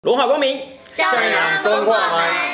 罗好公民， 向阳敦化麦。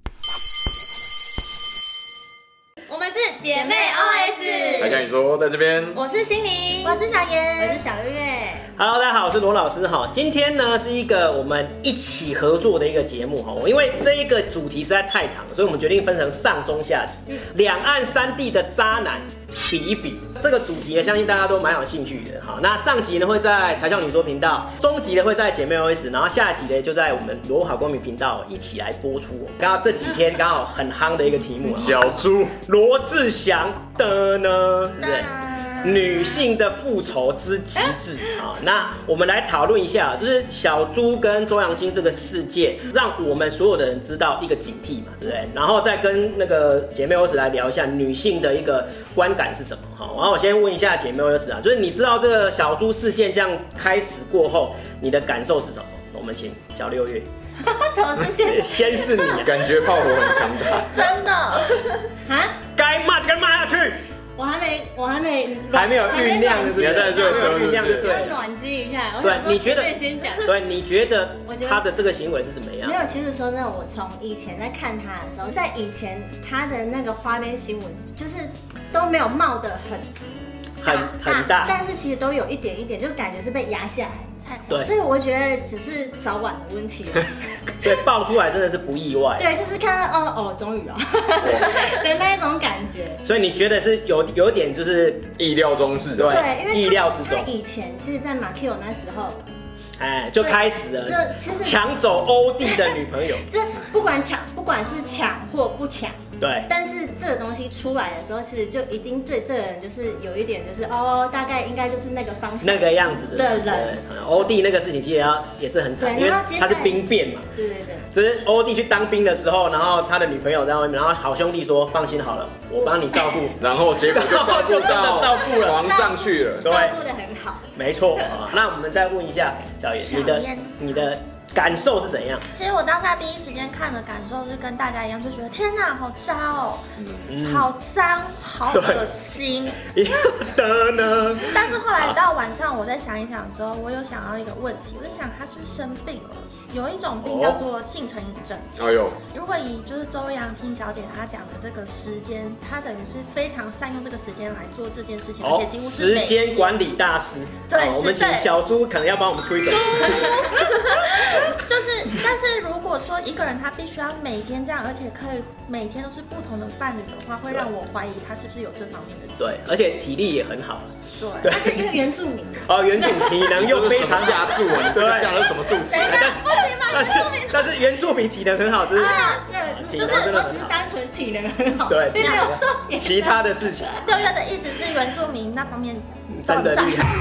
我们是姐妹 OS。 还跟你说，在这边， 我是心灵， 我是小妍， 我是小月月。 Hello， 大家好，我是罗老师哈。今天呢是一个我们一起合作的一个节目哈，因为这一个主题实在太长了，所以我们决定分成上中下集。两岸三地的渣男比一比，这个主题呢，相信大家都蛮有兴趣的哈。那上集呢会在才笑女说频道，中集呢会在姐妹 OS， 然后下集呢就在我们罗好公民频道一起来播出。刚好这几天刚好很夯的一个题目， 小猪罗志祥的呢，对不对？女性的复仇之极致啊，那我们来讨论一下，就是小猪跟周扬青这个事件，让我们所有的人知道一个警惕嘛，对不对？然后再跟那个姐妹 OS 来聊一下女性的一个观感是什么。好，然后我先问一下姐妹 OS 啊，就是你知道这个小猪事件这样开始过后，你的感受是什么？我们请小六月。 怎么是先是你啊， 感觉炮火很强大， 真的啊？ 该骂就该骂下去。 我还没有酝酿， 你还在热车， 酝酿就对了， 要暖机一下。 对，你觉得先讲？ 对，你觉得他的这个行为是怎么样？ 没有，其实说真的，我从以前在看他的时候，在以前他的那个花边新闻，就是都没有冒得很大，但是其实都有一点一点，就感觉是被压下来。 对， 所以我觉得只是早晚的问题。 所以爆出来真的是不意外。 对，就是看到终于的那一种感觉。 所以你觉得是有点就是意料中事的， 对，因为意料之中。 他以前其实，在马 Q 那时候， 就开始了， 就其实抢走欧弟的女朋友。 这不管是抢或不抢。 对， 但是这个东西出来的时候，其实就已经对这个人就是有一点，就是大概应该就是那个方向那个样子的人。 欧弟那个事情其实也是很惨，因为他是兵变嘛。 对， 就是欧弟去当兵的时候，然后他的女朋友在外面，然后好兄弟说放心好了，我帮你照顾， 然后结果就照顾到床上去了， 照顾得很好。 没错啊。那我们再问一下小妍，你的感受是怎样？ 其实我当下第一时间看的感受是跟大家一样，就觉得天哪，好渣哦，好脏，好恶心的呢。 但是后来到晚上，我在想一想的时候，我有想到一个问题，我在想他是不是生病了？有一种病叫做性成瘾症。 哎呦， 如果以就是周扬青小姐她讲的这个时间，她等于是非常善用这个时间来做这件事情，而且几乎是时间管理大师。 对， 我们请小猪可能要帮我们出一本书。 就是，但是如果说一个人他必须要每天这样，而且可以每天都是不同的伴侣的话，会让我怀疑他是不是有这方面的疾病。 对，而且体力也很好。 对， 他是一个原住民。 原住民体能又非常下注啊，你下了什么注解？ 但是原住民体能很好，就是我只是单纯体能很好， 对， 并没有说其他的事情。 六月的意思是原住民那方面真的厉害。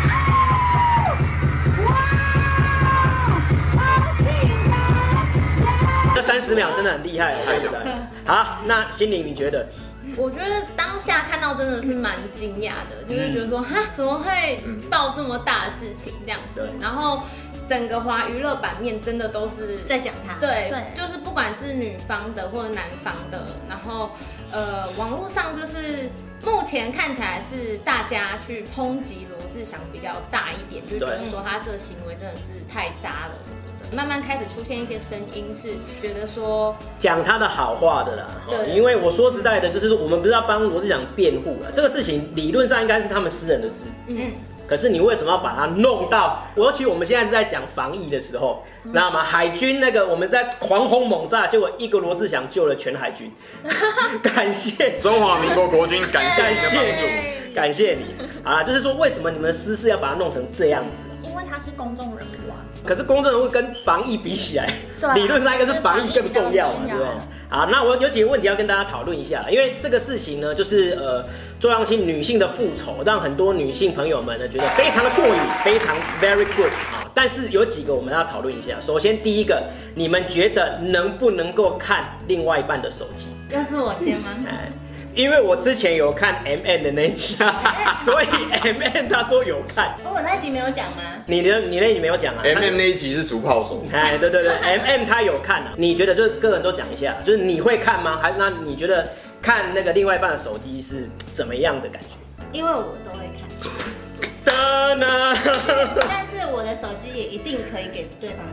这30秒真的很厉害了，太厉害。好，那心灵你觉得？ 我觉得当下看到真的是蛮惊讶的，就是觉得说怎么会爆这么大的事情这样子，然后整个华娱乐版面真的都是在讲他， 对，就是不管是女方的或者男方的，然后网络上就是目前看起来是大家去抨击罗志祥比较大一点，就觉得说他这个行为真的是太渣了什么的。慢慢开始出现一些声音，是觉得说讲他的好话的啦。对，因为我说实在的，就是我们不是要帮罗志祥辩护了，这个事情理论上应该是他们私人的事。可是你为什么要把它弄到？尤其我们现在是在讲防疫的时候，知道吗？海军那个我们在狂轰猛炸，结果一个罗志祥救了全海军，感谢中华民国国军，感谢你的帮助， 感谢你。好啦，就是说为什么你们的私事要把它弄成这样子？ 因为他是公众人物啊。 可是公众人物跟防疫比起来，理论上应该是防疫更重要嘛，对不对？好，那我有几个问题要跟大家讨论一下，因为这个事情呢，就是周扬青女性的复仇，让很多女性朋友们呢觉得非常的过瘾，非常 very good 啊。但是有几个我们要讨论一下。首先第一个，你们觉得能不能够看另外一半的手机？ 要是我先吗？ 因为我之前有看 MM 的那一集，所以 MM 他说有看。 我那一集没有讲吗？ 你那一集没有讲啊 ？MM 那一集是主炮手。 对，MM 他有看啊。你觉得就是个人都讲一下，就是你会看吗？还是那你觉得看那个另外一半的手机是怎么样的感觉？ 因为我都会看。 的呢？ 但是我的手机也一定可以给对方看。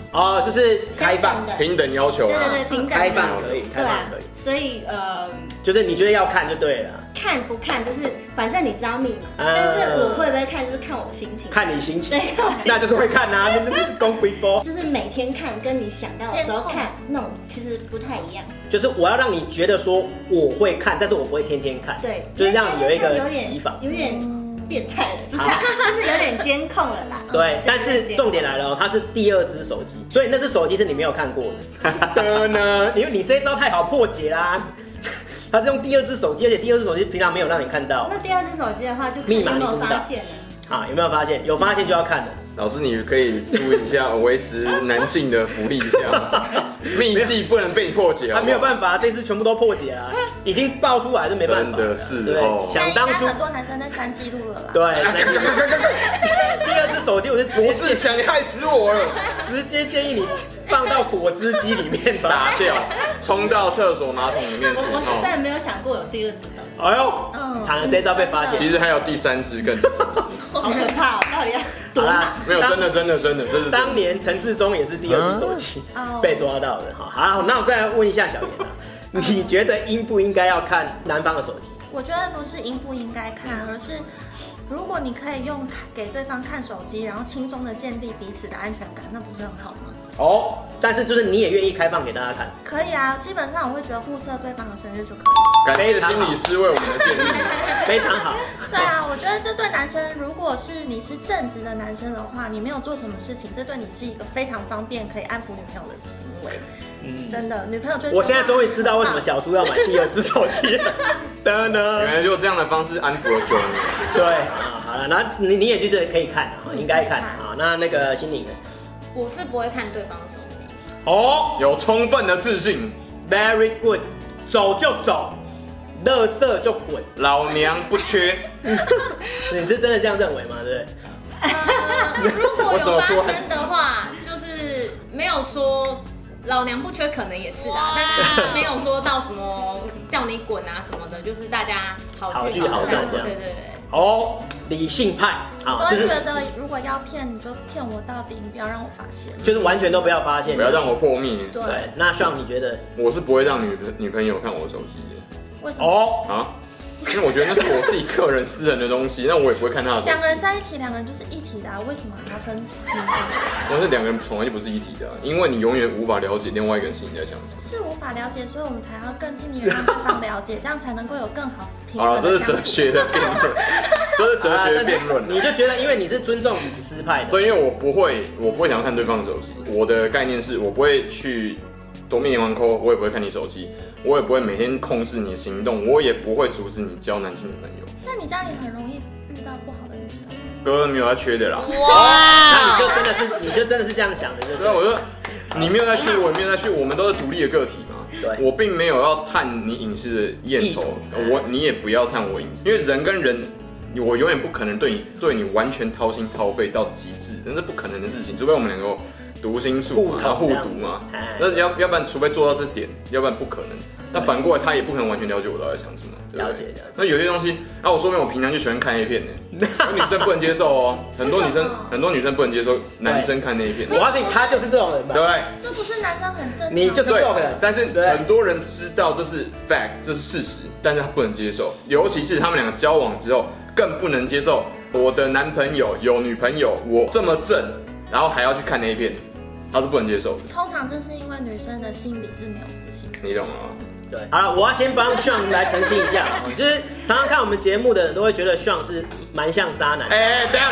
哦，就是开放的平等要求啊， 对，平等开放可以，开放可以。 所以就是你觉得要看就对了。 看不看就是反正你知道密码，但是我会不会看就是看我心情， 看你心情， 对，看我心情， 那就是会看啊，公规波。 就是每天看跟你想到的时候看那种其实不太一样。 就是我要让你觉得说我会看，但是我不会天天看， 对， 就是让你有一个提防， 有点变态了，不是，就是有点监控了啦。 对，但是重点来了哦，它是第二只手机，所以那只手机是你没有看过的呢。你这一招太好破解啦。他是用第二只手机，而且第二只手机平常没有让你看到。 那第二只手机的话，就密码有没有发现呢？ 啊，有没有发现？有发现就要看了。 老师，你可以注意一下，维持男性的福利一下，秘籍不能被破解。 他没有办法，这次全部都破解了，已经爆出来就没办法。 真的是哦，想当初很多男生在删记录了啦。 对，第二只手机我是罗志祥，你害死我了！ 直接建议你放到果汁机里面打掉，冲到厕所马桶里面去。 我是真的没有想过有第二只手机。 哎呦，惨了，这一招被发现。 其实还有第三只更。 好可怕哦！到底要多难？ 没有，真的，这是当年陈志忠也是第二只手机被抓到的。好，那我再来问一下小妍啊，你觉得应不应该要看男方的手机？ 我觉得不是应不应该看，而是如果你可以用给对方看手机，然后轻松的建立彼此的安全感，那不是很好吗？ 哦，但是就是你也愿意开放给大家看？ 可以啊，基本上我会觉得互设对方的生日就可以。 感谢心理师为我们的建议， 非常好。 对啊，我觉得这对男生，如果是你是正直的男生的话，你没有做什么事情，这对你是一个非常方便可以安抚女朋友的行为。真的，女朋友就我现在终于知道为什么小猪要买第二只手机了。 原来就这样的方式安抚了9年。 对啊，好了，那你也觉得可以看啊，应该看啊。那个心灵呢？ 我是不会看对方的手机。 哦， 有充分的自信 ，very good， 走就走，垃圾就滚， 老娘不缺。 你是真的这样认为吗？对不对？如果有发生的话，就是没有说老娘不缺，可能也是啊，但是没有说到什么叫你滚啊什么的，就是大家好聚好散这样。对。 哦，理性派啊，就是觉得如果要骗你就骗我到底，你不要让我发现， 就是完全都不要发现， 不要让我破灭。 对，那Sean你觉得？ 我是不会让女朋友看我的手机的。 为什么？ 哦。 因为我觉得那是我自己个人私人的东西，那我也不会看他的手机。 两个人在一起，两个人就是一体的啊，为什么还要分私？ 但是两个人从来就不是一体的，因为你永远无法了解另外一个人心里在想什么。 是无法了解，所以我们才要更尽力的让对方了解，这样才能够有更好平衡的相处。 这是哲学的辩论，这是哲学的辩论。 你就觉得，因为你是尊重隐私派的， 对，因为我不会想要看对方的手机。我的概念是我不会去夺命连环扣，我也不会看你手机。我也不会每天控制你的行动，我也不会阻止你交男性朋友。 那你这样也很容易遇到不好的女生。 哥没有在缺的啦。 哇！那你就真的是这样想的，对不对？ 我说你没有在缺，我也没有在缺，我们都是独立的个体嘛。 对， 我并没有要探你隐私的念头，你也不要探我隐私，因为人跟人，我永远不可能对你完全掏心掏肺到极致，那是不可能的事情，除非我们两个读心术嘛，互读嘛。那要不然，除非做到这点，要不然不可能。那反过来，他也不可能完全了解我到底在想什么。 了解。 那有些东西，我说明我平常就喜欢看 A 片呢，女生不能接受哦。很多女生不能接受男生看那一片。 我发现他就是这种人吧？ 对。 这不是男生很正常。 你就是这种人。 但是很多人知道这是 fact， 这是事实，但是他不能接受，尤其是他们两个交往之后，更不能接受我的男朋友有女朋友，我这么正，然后还要去看那一片，他是不能接受的。 通常这是因为女生的心理是没有自信的。 你懂吗？ 对，好了，我要先帮 Sean 来澄清一下，就是常常看我们节目的人都会觉得 Sean 是蛮像渣男。 等一下，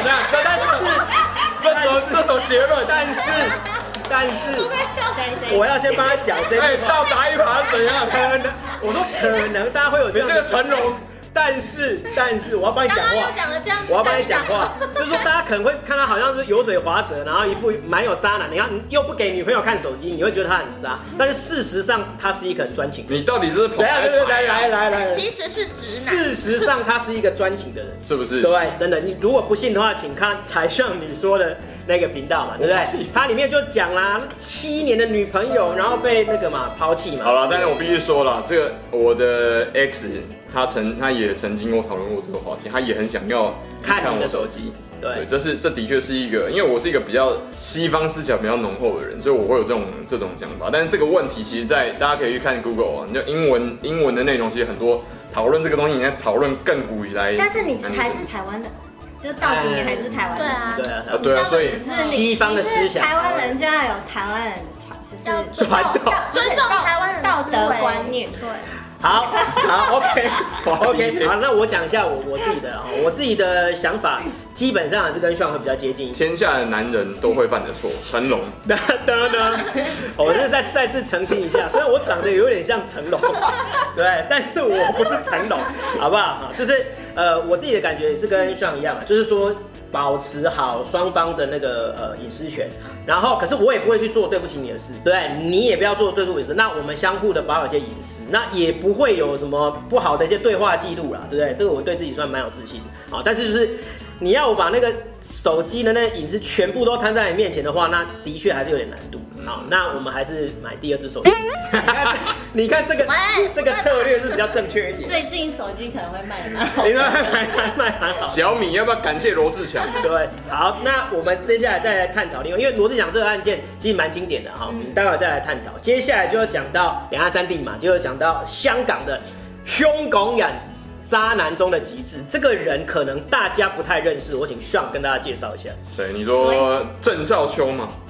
这首结论，但是，我要先帮他讲这个，倒打一耙怎样？ 可能，我说可能大家会有这样这个成龙。 但是我要帮你讲话，我要帮你讲话，就是说大家可能会看他好像是油嘴滑舌，然后一副蛮有渣男，你看又不给女朋友看手机，你会觉得他很渣，但是事实上他是一个很专情的人。 你到底是捧还是踩？ 来，其实是直男。 事实上他是一个专情的人， 是不是？ 对，真的，你如果不信的话，请看才像你说的那个频道嘛，对不对？它里面就讲啦，7年的女朋友，然后被那个嘛抛弃嘛。 好了，但是我必须说了，这个我的 X 他也曾经跟我讨论过这个话题，他也很想要看我手机。对， 这的确是一个，因为我是一个比较西方思想比较浓厚的人，所以我会有这种想法。但是这个问题其实大家可以去看 Google 啊，就英文的内容其实很多讨论这个东西，你在讨论亘古以来。 但是你还是台湾的。就到底你还是台湾人， 对啊，所以西方的思想， 台湾人就要有台湾人的就是传统， 尊重台湾人道德观念，对。 好 ，OK， 好，那我讲一下我自己的我自己的想法，基本上还是跟Sean会比较接近。 天下的男人都会犯的错，成龙。 我这再次澄清一下，虽然我长得有点像成龙，对，但是我不是成龙，好不好？就是我自己的感觉也是跟Sean一样嘛，就是说保持好双方的那个隐私权，然后可是我也不会去做对不起你的事，对不对？你也不要做对不起我的事，那我们相互的保有一些隐私，那也不会有什么不好的一些对话记录啦，对不对？这个我对自己算蛮有自信的啊，但是就是你要我把那个手机的那个隐私全部都摊在你面前的话，那的确还是有点难度。好，那我们还是买第二只手机。你看这个策略是比较正确一点。 最近手机可能会卖得蛮好， 卖蛮好。 小米要不要感谢罗志祥？ 对，好，那我们接下来再来探讨另外，因为罗志祥这个案件其实蛮经典的哈，我们待会再来探讨。接下来就要讲到两岸三地嘛，就要讲到香港的香港人。渣男中的极致，这个人可能大家不太认识，我请Sean跟大家介绍一下。 对，你说郑少秋嘛？